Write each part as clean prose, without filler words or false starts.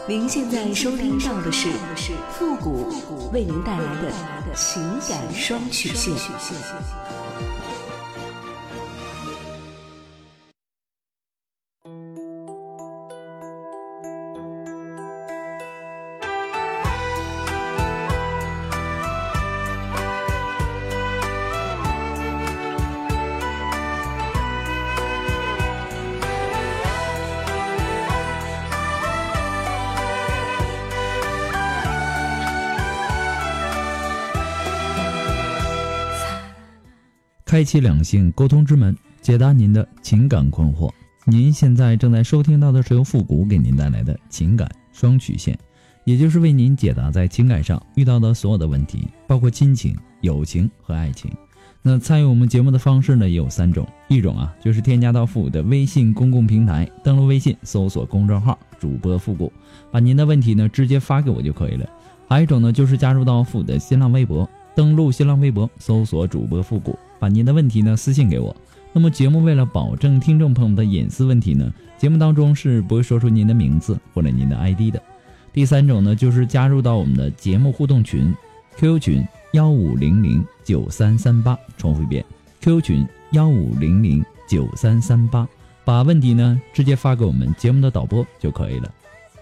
您现在收听到的是复古为您带来的情感双曲线。 开启两性沟通之门，解答您的情感困惑。您现在正在收听到的是由复古给您带来的情感双曲线，也就是为您解答在情感上遇到的所有的问题，包括亲情、友情和爱情。那参与我们节目的方式呢也有3种，一种就是添加到复古的微信公共平台，登录微信搜索公众号主播复古，把您的问题呢直接发给我就可以了。还有一种呢就是加入到复古的新浪微博，登录新浪微博搜索主播复古，把您的问题呢私信给我。那么节目为了保证听众朋友的隐私问题呢，节目当中是不会说出您的名字或者您的 ID 的。第3种呢就是加入到我们的节目互动群 QQ 群15009338，重复一遍 QQ 群15009338，把问题呢直接发给我们节目的导播就可以了。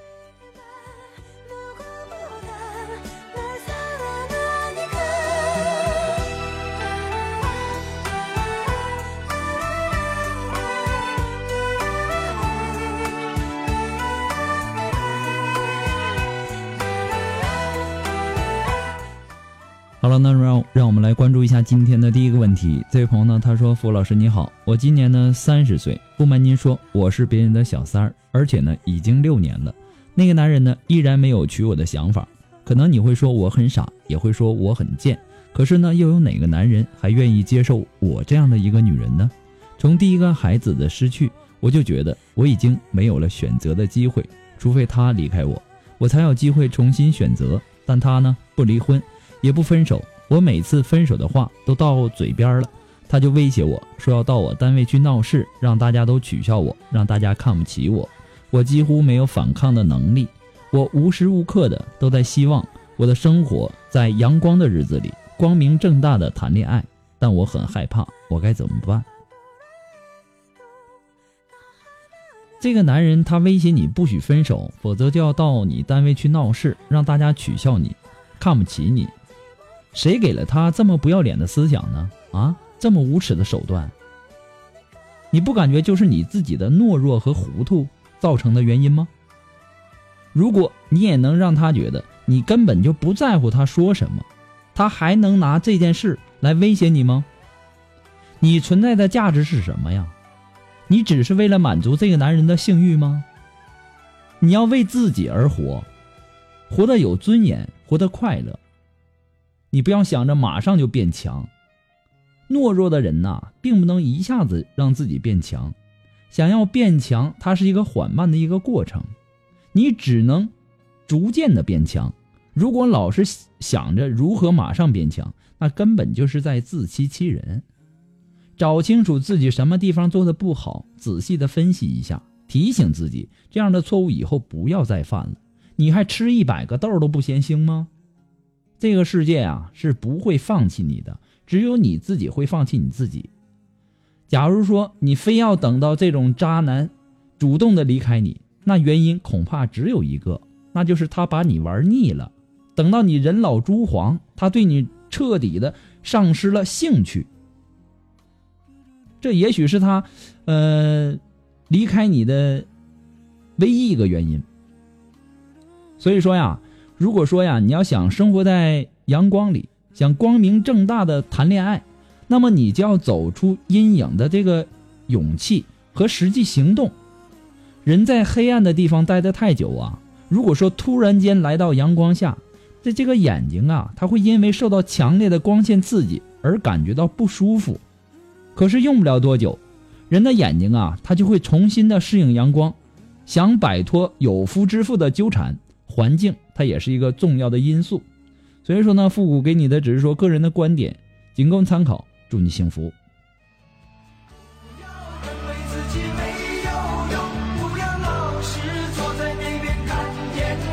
好了，那让我们来关注一下今天的第一个问题。这位朋友呢，他说：傅老师你好，我今年呢30岁，不瞒您说，我是别人的小三儿，而且呢已经6年了。那个男人呢依然没有娶我的想法，可能你会说我很傻，也会说我很贱，可是呢又有哪个男人还愿意接受我这样的一个女人呢？从第一个孩子的失去，我就觉得我已经没有了选择的机会，除非他离开我，我才有机会重新选择。但他呢不离婚也不分手，我每次分手的话都到嘴边了，他就威胁我说要到我单位去闹事，让大家都取笑我，让大家看不起我。我几乎没有反抗的能力，我无时无刻的都在希望我的生活在阳光的日子里光明正大的谈恋爱，但我很害怕，我该怎么办？这个男人他威胁你不许分手，否则就要到你单位去闹事，让大家取笑你，看不起你。谁给了他这么不要脸的思想呢？这么无耻的手段，你不感觉就是你自己的懦弱和糊涂造成的原因吗？如果你也能让他觉得你根本就不在乎他说什么，他还能拿这件事来威胁你吗？你存在的价值是什么呀？你只是为了满足这个男人的性欲吗？你要为自己而活，活得有尊严，活得快乐。你不要想着马上就变强，懦弱的人并不能一下子让自己变强，想要变强，它是一个缓慢的一个过程，你只能逐渐的变强。如果老是想着如何马上变强，那根本就是在自欺欺人。找清楚自己什么地方做得不好，仔细的分析一下，提醒自己这样的错误以后不要再犯了。你还吃100个豆都不嫌腥吗？这个世界是不会放弃你的，只有你自己会放弃你自己。假如说你非要等到这种渣男主动的离开你，那原因恐怕只有一个，那就是他把你玩腻了。等到你人老珠黄，他对你彻底的丧失了兴趣，这也许是他离开你的唯一一个原因。所以说如果说你要想生活在阳光里，想光明正大的谈恋爱，那么你就要走出阴影的这个勇气和实际行动。人在黑暗的地方待得太久如果说突然间来到阳光下，这个眼睛它会因为受到强烈的光线刺激而感觉到不舒服。可是用不了多久，人的眼睛它就会重新的适应阳光。想摆脱有夫之妇的纠缠，环境它也是一个重要的因素。所以说呢，复古给你的只是说个人的观点，仅供参考，祝你幸福。 不要老是坐在那边看电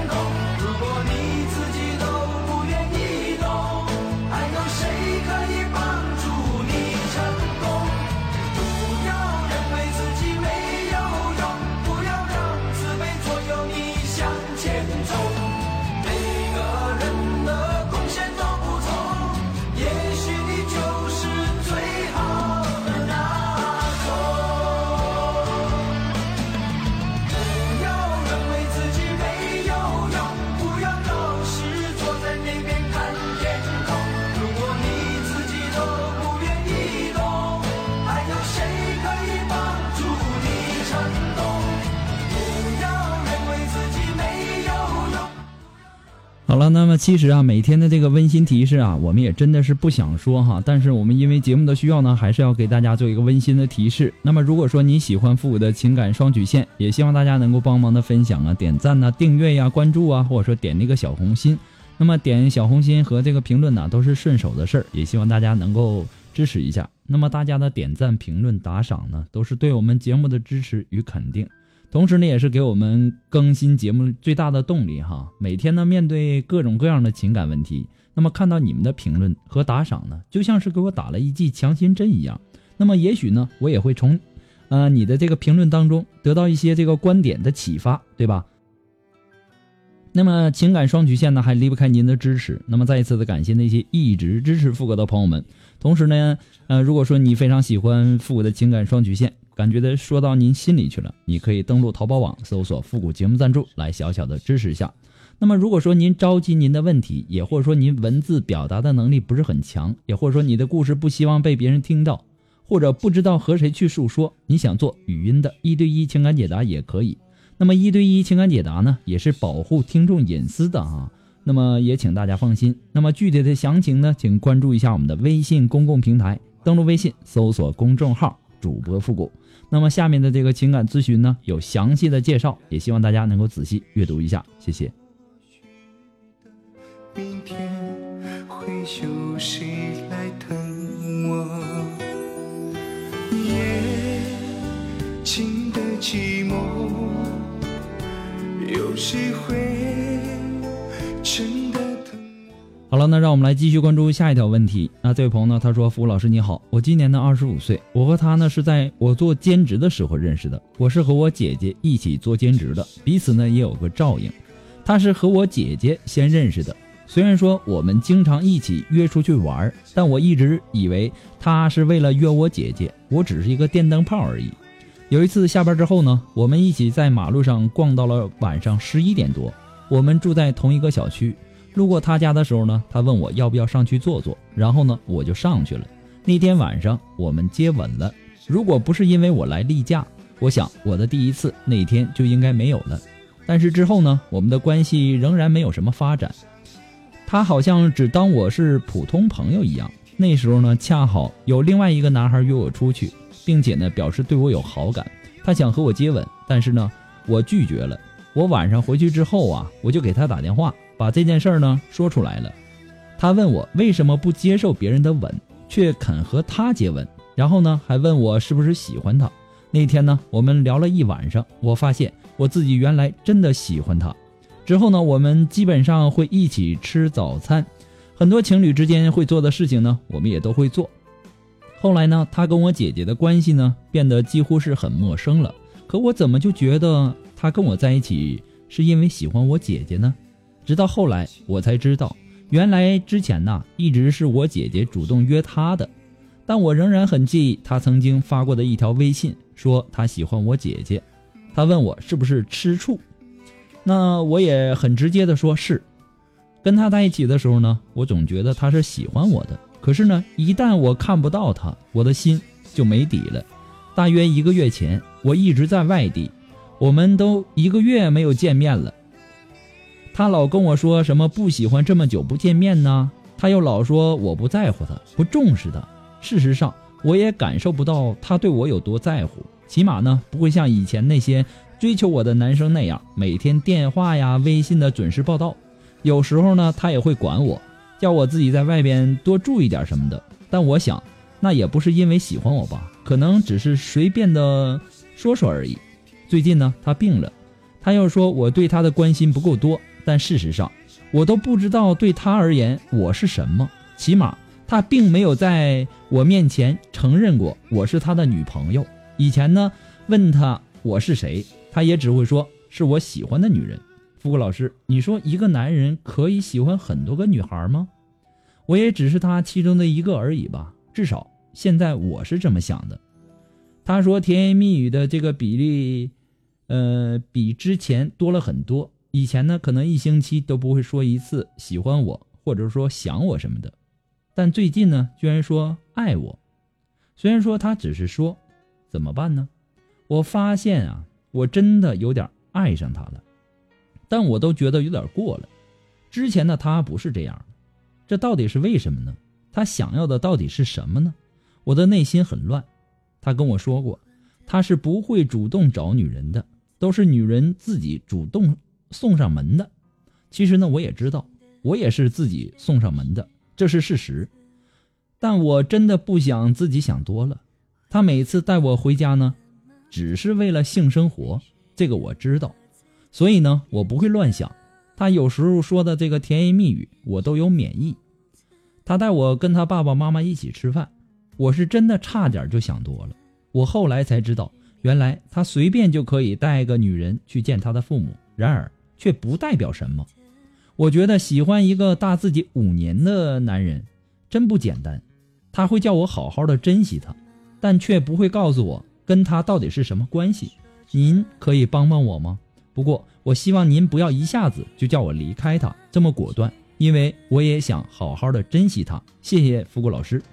好了，那么其实啊，每天的这个温馨提示啊，我们也真的是不想说哈，但是我们因为节目的需要呢，还是要给大家做一个温馨的提示。那么如果说你喜欢复古的情感双曲线，也希望大家能够帮忙的分享啊、点赞啊、订阅呀、关注啊，或者说点那个小红心。那么点小红心和这个评论呢，都是顺手的事儿，也希望大家能够支持一下。那么大家的点赞、评论、打赏呢，都是对我们节目的支持与肯定。同时呢，也是给我们更新节目最大的动力哈。每天呢，面对各种各样的情感问题，那么看到你们的评论和打赏呢，就像是给我打了一剂强心针一样。那么也许呢，我也会从你的这个评论当中得到一些这个观点的启发，对吧？那么情感双曲线呢，还离不开您的支持。那么再一次的感谢那些一直支持复古的朋友们。同时呢，如果说你非常喜欢复古的情感双曲线，感觉的说到您心里去了，你可以登录淘宝网搜索复古节目赞助来小小的支持一下。那么如果说您着急您的问题，也或者说您文字表达的能力不是很强，也或者说你的故事不希望被别人听到，或者不知道和谁去诉说，你想做语音的1对1情感解答也可以。那么1对1情感解答呢，也是保护听众隐私的啊。那么也请大家放心。那么具体的详情呢，请关注一下我们的微信公共平台，登录微信搜索公众号主播复古。那么下面的这个情感咨询呢，有详细的介绍，也希望大家能够仔细阅读一下，谢谢。 明天会有谁来等我？夜静的寂寞，有谁会真的疼我？ 好了，那让我们来继续关注下一条问题。那这位朋友呢，他说：“福老师你好，我今年呢25岁，我和他呢是在我做兼职的时候认识的。我是和我姐姐一起做兼职的，彼此呢也有个照应。他是和我姐姐先认识的。虽然说我们经常一起约出去玩，但我一直以为他是为了约我姐姐，我只是一个电灯泡而已。有一次下班之后呢，我们一起在马路上逛到了晚上11点多。我们住在同一个小区，路过他家的时候呢，他问我要不要上去坐坐，然后呢我就上去了。那天晚上我们接吻了。如果不是因为我来例假，我想我的第一次那天就应该没有了。但是之后呢，我们的关系仍然没有什么发展。他好像只当我是普通朋友一样。那时候呢，恰好有另外一个男孩约我出去，并且呢表示对我有好感，他想和我接吻，但是呢我拒绝了。我晚上回去之后啊，我就给他打电话，把这件事呢说出来了。他问我为什么不接受别人的吻，却肯和他接吻，然后呢还问我是不是喜欢他。那天呢我们聊了一晚上，我发现我自己原来真的喜欢他。之后呢，我们基本上会一起吃早餐，很多情侣之间会做的事情呢，我们也都会做。后来呢，他跟我姐姐的关系呢，变得几乎是很陌生了。可我怎么就觉得他跟我在一起是因为喜欢我姐姐呢？直到后来我才知道，原来之前呢，一直是我姐姐主动约他的。但我仍然很介意他曾经发过的一条微信，说他喜欢我姐姐。他问我是不是吃醋。那我也很直接的说是。跟他在一起的时候呢，我总觉得他是喜欢我的，可是呢，一旦我看不到他，我的心就没底了。大约1个月前，我一直在外地，我们都1个月没有见面了。他老跟我说什么不喜欢这么久不见面呢，他又老说我不在乎他，不重视他。事实上我也感受不到他对我有多在乎，起码呢不会像以前那些追求我的男生那样，每天电话呀微信的准时报道。有时候呢他也会管我，叫我自己在外边多注意点什么的。但我想那也不是因为喜欢我吧，可能只是随便的说说而已。最近呢他病了，他又说我对他的关心不够多，但事实上我都不知道对他而言我是什么。起码他并没有在我面前承认过我是他的女朋友。以前呢问他我是谁，他也只会说是我喜欢的女人。富贵老师，你说一个男人可以喜欢很多个女孩吗？我也只是他其中的一个而已吧，至少现在我是这么想的。他说甜言蜜语的这个比例比之前多了很多。以前呢可能1星期都不会说一次喜欢我或者说想我什么的，但最近呢居然说爱我。虽然说他只是说，怎么办呢？我发现啊，我真的有点爱上他了，但我都觉得有点过了。 之前的他不是这样，这到底是为什么呢？他想要的到底是什么呢？我的内心很乱。他跟我说过，他是不会主动找女人的，都是女人自己主动送上门的。其实呢，我也知道，我也是自己送上门的，这是事实。但我真的不想自己想多了。他每次带我回家呢，只是为了性生活，这个我知道。所以呢，我不会乱想。他有时候说的这个甜言蜜语，我都有免疫。他带我跟他爸爸妈妈一起吃饭，我是真的差点就想多了。我后来才知道，原来他随便就可以带个女人去见他的父母，然而却不代表什么。我觉得喜欢一个大自己5年的男人真不简单。他会叫我好好的珍惜他，但却不会告诉我跟他到底是什么关系。您可以帮帮我吗？不过我希望您不要一下子就叫我离开他这么果断，因为我也想好好的珍惜他。谢谢福古老师。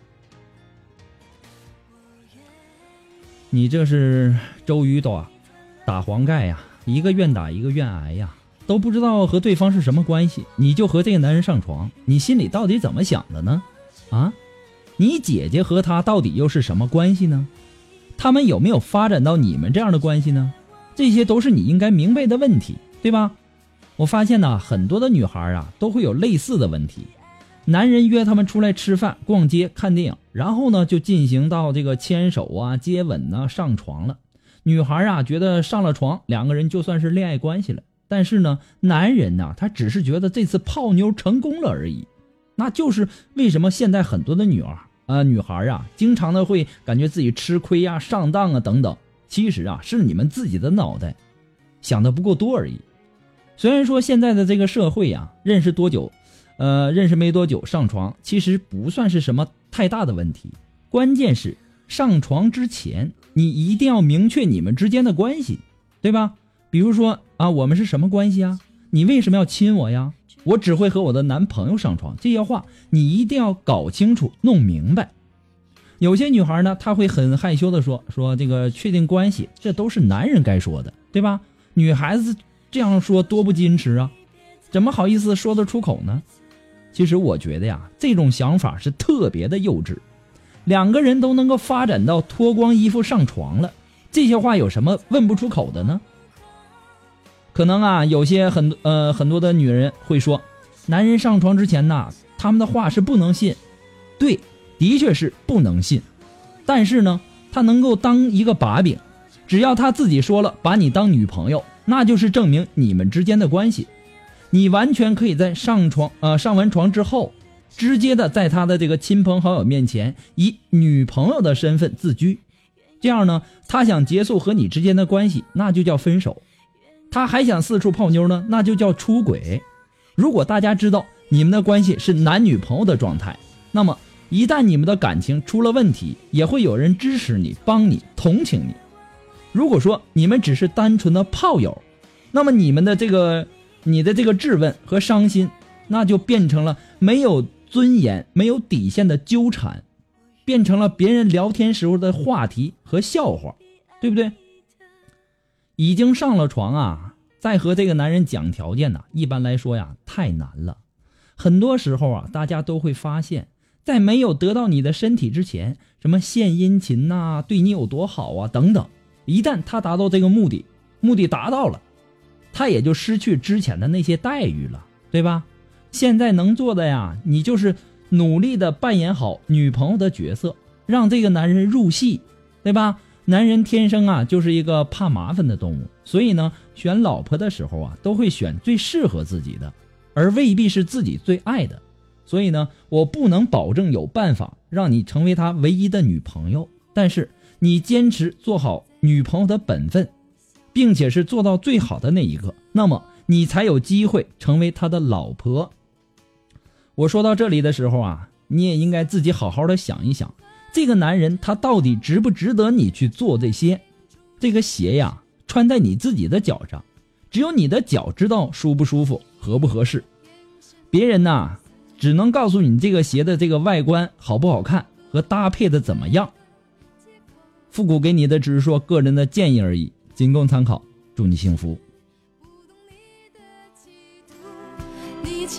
你这是周瑜打黄盖呀，一个愿打一个愿挨呀，都不知道和对方是什么关系，你就和这个男人上床，你心里到底怎么想的呢？啊，你姐姐和他到底又是什么关系呢？他们有没有发展到你们这样的关系呢？这些都是你应该明白的问题，对吧？我发现呢，很多的女孩都会有类似的问题。男人约他们出来吃饭、逛街、看电影，然后呢就进行到这个牵手啊、接吻啊、上床了。女孩觉得上了床，两个人就算是恋爱关系了。但是呢，男人他只是觉得这次泡妞成功了而已。那就是为什么现在很多的女孩经常的会感觉自己吃亏啊、上当啊等等。其实是你们自己的脑袋想的不够多而已。虽然说现在的这个社会认识没多久上床其实不算是什么太大的问题，关键是上床之前你一定要明确你们之间的关系，对吧？比如说我们是什么关系啊？你为什么要亲我呀？我只会和我的男朋友上床，这些话你一定要搞清楚弄明白。有些女孩呢，她会很害羞的说这个确定关系，这都是男人该说的，对吧？女孩子这样说多不矜持啊，怎么好意思说得出口呢？其实我觉得这种想法是特别的幼稚。两个人都能够发展到脱光衣服上床了，这些话有什么问不出口的呢？可能有些很多的女人会说，男人上床之前他们的话是不能信。对，的确是不能信，但是呢，他能够当一个把柄，只要他自己说了把你当女朋友，那就是证明你们之间的关系。你完全可以在上完床之后，直接的在他的这个亲朋好友面前以女朋友的身份自居。这样呢，他想结束和你之间的关系，那就叫分手；他还想四处泡妞呢，那就叫出轨。如果大家知道你们的关系是男女朋友的状态，那么一旦你们的感情出了问题，也会有人支持你、帮你、同情你。如果说你们只是单纯的炮友，那么你的这个质问和伤心，那就变成了没有尊严、没有底线的纠缠，变成了别人聊天时候的话题和笑话，对不对？已经上了床再和这个男人讲条件一般来说太难了。很多时候大家都会发现，在没有得到你的身体之前，什么献殷勤对你有多好等等，一旦他达到这个目的达到了，他也就失去之前的那些待遇了，对吧？现在能做的你就是努力的扮演好女朋友的角色，让这个男人入戏，对吧？男人天生就是一个怕麻烦的动物，所以呢，选老婆的时候都会选最适合自己的，而未必是自己最爱的。所以呢，我不能保证有办法让你成为他唯一的女朋友，但是你坚持做好女朋友的本分，并且是做到最好的那一个，那么你才有机会成为他的老婆。我说到这里的时候你也应该自己好好的想一想，这个男人他到底值不值得你去做这些？这个鞋穿在你自己的脚上，只有你的脚知道舒不舒服、合不合适。别人只能告诉你这个鞋的这个外观好不好看和搭配的怎么样。复古给你的只是说个人的建议而已，仅供参考。祝你幸福。 你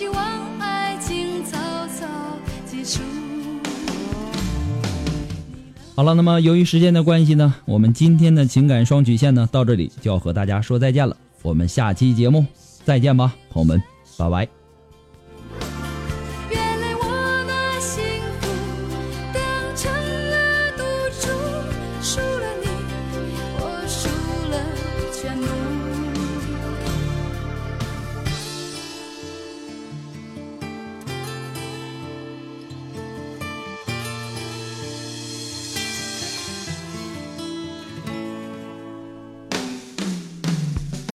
希望爱情早早结束。 好了，那么由于时间的关系呢，我们今天的情感双曲线呢到这里就要和大家说再见了。我们下期节目再见吧，朋友们，拜拜。